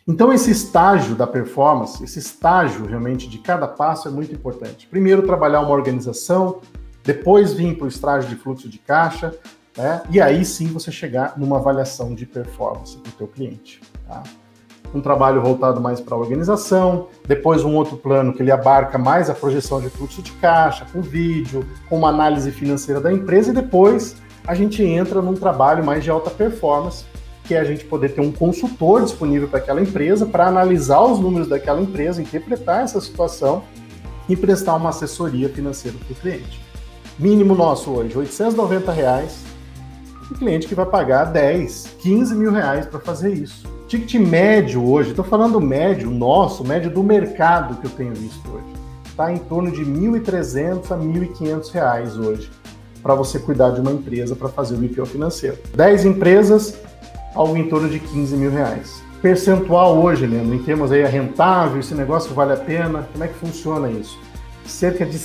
Então esse estágio da performance, esse estágio realmente de cada passo é muito importante. Primeiro trabalhar uma organização, depois vir para o estágio de fluxo de caixa, né? E aí sim você chegar numa avaliação de performance para o teu cliente. Tá? Um trabalho voltado mais para a organização, depois um outro plano que ele abarca mais a projeção de fluxo de caixa, com vídeo, com uma análise financeira da empresa, e depois a gente entra num trabalho mais de alta performance, que é a gente poder ter um consultor disponível para aquela empresa, para analisar os números daquela empresa, interpretar essa situação e prestar uma assessoria financeira para o cliente. Mínimo nosso hoje, R$890, um cliente que vai pagar 10, 15 mil reais para fazer isso. Ticket médio hoje, estou falando médio nosso, médio do mercado que eu tenho visto hoje, está em torno de R$1.300 a R$1.500 hoje, para você cuidar de uma empresa para fazer o BPO financeiro. 10 empresas, algo em torno de 15 mil reais. Percentual hoje, Leandro, em termos aí, é rentável, esse negócio vale a pena, como é que funciona isso? Cerca de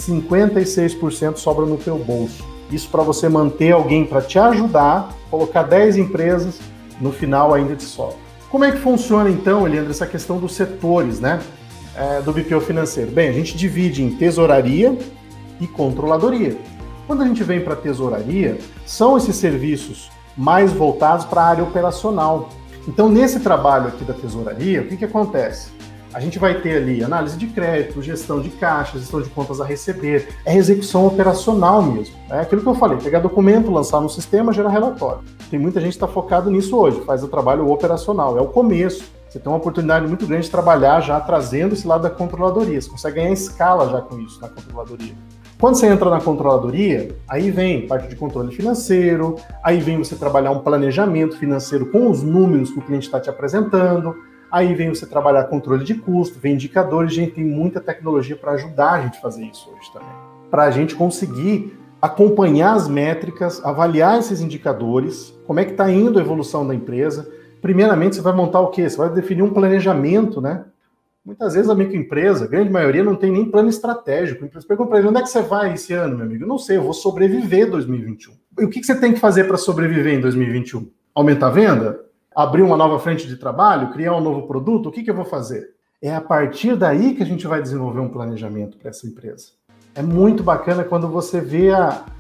56% sobra no teu bolso. Isso para você manter alguém para te ajudar, colocar 10 empresas, no final ainda te sobra. Como é que funciona então, Leandro, essa questão dos setores, né, do BPO financeiro? Bem, a gente divide em tesouraria e controladoria. Quando a gente vem para a tesouraria, são esses serviços mais voltados para a área operacional. Então, nesse trabalho aqui da tesouraria, o que acontece? A gente vai ter ali análise de crédito, gestão de caixa, gestão de contas a receber, é execução operacional mesmo. É aquilo que eu falei, pegar documento, lançar no sistema, gerar relatório. Tem muita gente que está focado nisso hoje, faz o trabalho operacional, é o começo. Você tem uma oportunidade muito grande de trabalhar já trazendo esse lado da controladoria, você consegue ganhar escala já com isso na controladoria. Quando você entra na controladoria, aí vem parte de controle financeiro, aí vem você trabalhar um planejamento financeiro com os números que o cliente está te apresentando, aí vem você trabalhar controle de custo, vem indicadores, gente, tem muita tecnologia para ajudar a gente a fazer isso hoje também. Para a gente conseguir acompanhar as métricas, avaliar esses indicadores, como é que está indo a evolução da empresa. Primeiramente, você vai montar o quê? Você vai definir um planejamento, né? Muitas vezes a microempresa, a grande maioria, não tem nem plano estratégico. A empresa pergunta para ele, onde é que você vai esse ano, meu amigo? Eu não sei, eu vou sobreviver em 2021. E o que você tem que fazer para sobreviver em 2021? Aumentar a venda? Abrir uma nova frente de trabalho? Criar um novo produto? O que eu vou fazer? É a partir daí que a gente vai desenvolver um planejamento para essa empresa. É muito bacana quando você vê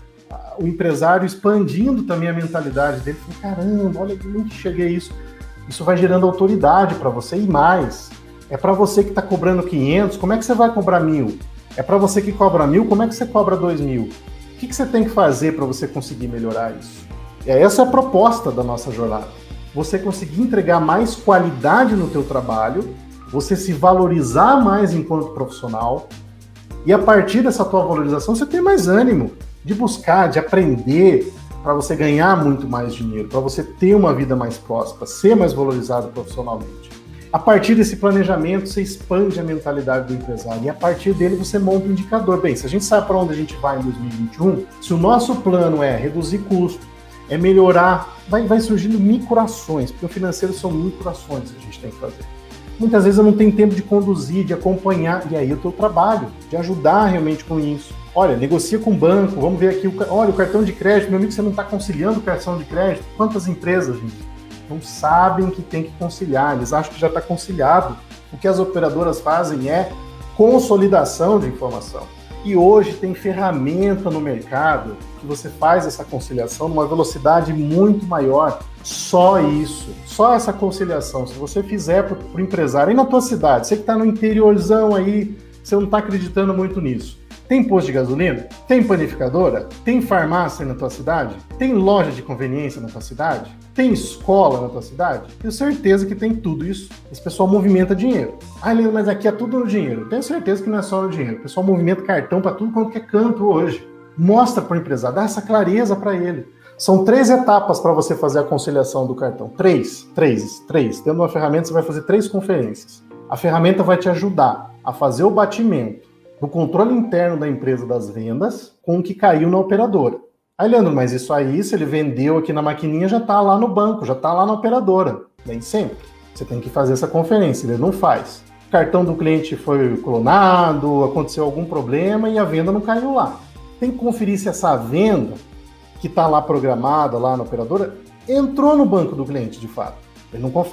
o empresário expandindo também a mentalidade dele. Caramba, olha que nem cheguei a isso. Isso vai gerando autoridade para você e mais. É para você que está cobrando 500, como é que você vai cobrar 1.000? É para você que cobra 1.000, como é que você cobra 2.000? O que você tem que fazer para você conseguir melhorar isso? Essa é a proposta da nossa jornada. Você conseguir entregar mais qualidade no teu trabalho, você se valorizar mais enquanto profissional, e a partir dessa tua valorização você ter mais ânimo de buscar, de aprender, para você ganhar muito mais dinheiro, para você ter uma vida mais próspera, ser mais valorizado profissionalmente. A partir desse planejamento, você expande a mentalidade do empresário e a partir dele você monta um indicador. Bem, se a gente sabe para onde a gente vai em 2021, se o nosso plano é reduzir custo, é melhorar, vai surgindo microações, porque o financeiro são microações que a gente tem que fazer. Muitas vezes eu não tenho tempo de conduzir, de acompanhar, e aí o teu trabalho, de ajudar realmente com isso. Olha, negocia com o banco, vamos ver aqui, olha, o cartão de crédito, meu amigo, você não está conciliando o cartão de crédito? Quantas empresas, gente, não sabem que tem que conciliar, eles acham que já está conciliado. O que as operadoras fazem é consolidação de informação. E hoje tem ferramenta no mercado que você faz essa conciliação numa velocidade muito maior. Só isso, só essa conciliação, se você fizer para o empresário, aí na tua cidade, você que está no interiorzão aí, você não está acreditando muito nisso. Tem posto de gasolina? Tem panificadora? Tem farmácia na tua cidade? Tem loja de conveniência na tua cidade? Tem escola na tua cidade? Tenho certeza que tem tudo isso. Esse pessoal movimenta dinheiro. Ah, Leandro, mas aqui é tudo no dinheiro. Tenho certeza que não é só no dinheiro. O pessoal movimenta cartão para tudo quanto é canto hoje. Mostra para o empresário, dá essa clareza para ele. São 3 etapas para você fazer a conciliação do cartão. 3. Dentro de uma ferramenta você vai fazer 3 conferências. A ferramenta vai te ajudar a fazer o batimento do controle interno da empresa das vendas com o que caiu na operadora. Aí, Leandro, mas isso aí, se ele vendeu aqui na maquininha, já está lá no banco, já está lá na operadora. Nem sempre. Você tem que fazer essa conferência, ele não faz. O cartão do cliente foi clonado, aconteceu algum problema e a venda não caiu lá. Tem que conferir se essa venda, que está lá programada, lá na operadora, entrou no banco do cliente, de fato. Ele não confere.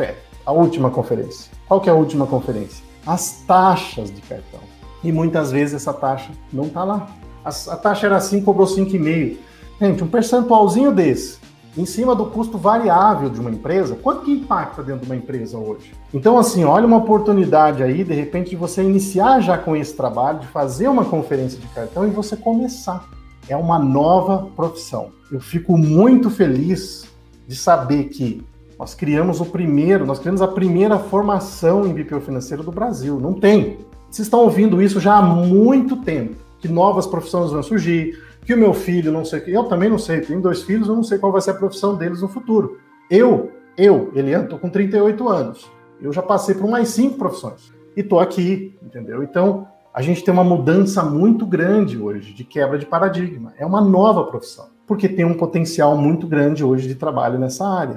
A última conferência. Qual que é a última conferência? As taxas de cartão. E muitas vezes essa taxa não está lá. A taxa era 5, cobrou 5,5. Gente, um percentualzinho desse, em cima do custo variável de uma empresa, quanto que impacta dentro de uma empresa hoje? Então, assim, olha uma oportunidade aí, de repente, de você iniciar já com esse trabalho, de fazer uma conferência de cartão e você começar. É uma nova profissão. Eu fico muito feliz de saber que nós criamos a primeira formação em BPO financeiro do Brasil. Não tem. Vocês estão ouvindo isso já há muito tempo, que novas profissões vão surgir, que o meu filho não sei o que, eu também não sei, tenho 2 filhos, eu não sei qual vai ser a profissão deles no futuro. Eliane, tô com 38 anos, eu já passei por mais 5 profissões e tô aqui, entendeu? Então, a gente tem uma mudança muito grande hoje de quebra de paradigma, é uma nova profissão, porque tem um potencial muito grande hoje de trabalho nessa área.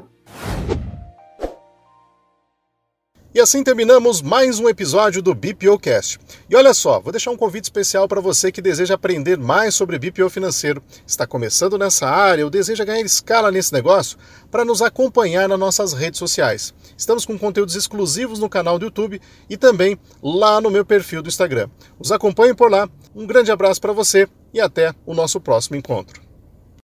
E assim terminamos mais um episódio do BPOcast. E olha só, vou deixar um convite especial para você que deseja aprender mais sobre BPO financeiro, está começando nessa área ou deseja ganhar escala nesse negócio, para nos acompanhar nas nossas redes sociais. Estamos com conteúdos exclusivos no canal do YouTube e também lá no meu perfil do Instagram. Os acompanhem por lá, um grande abraço para você e até o nosso próximo encontro.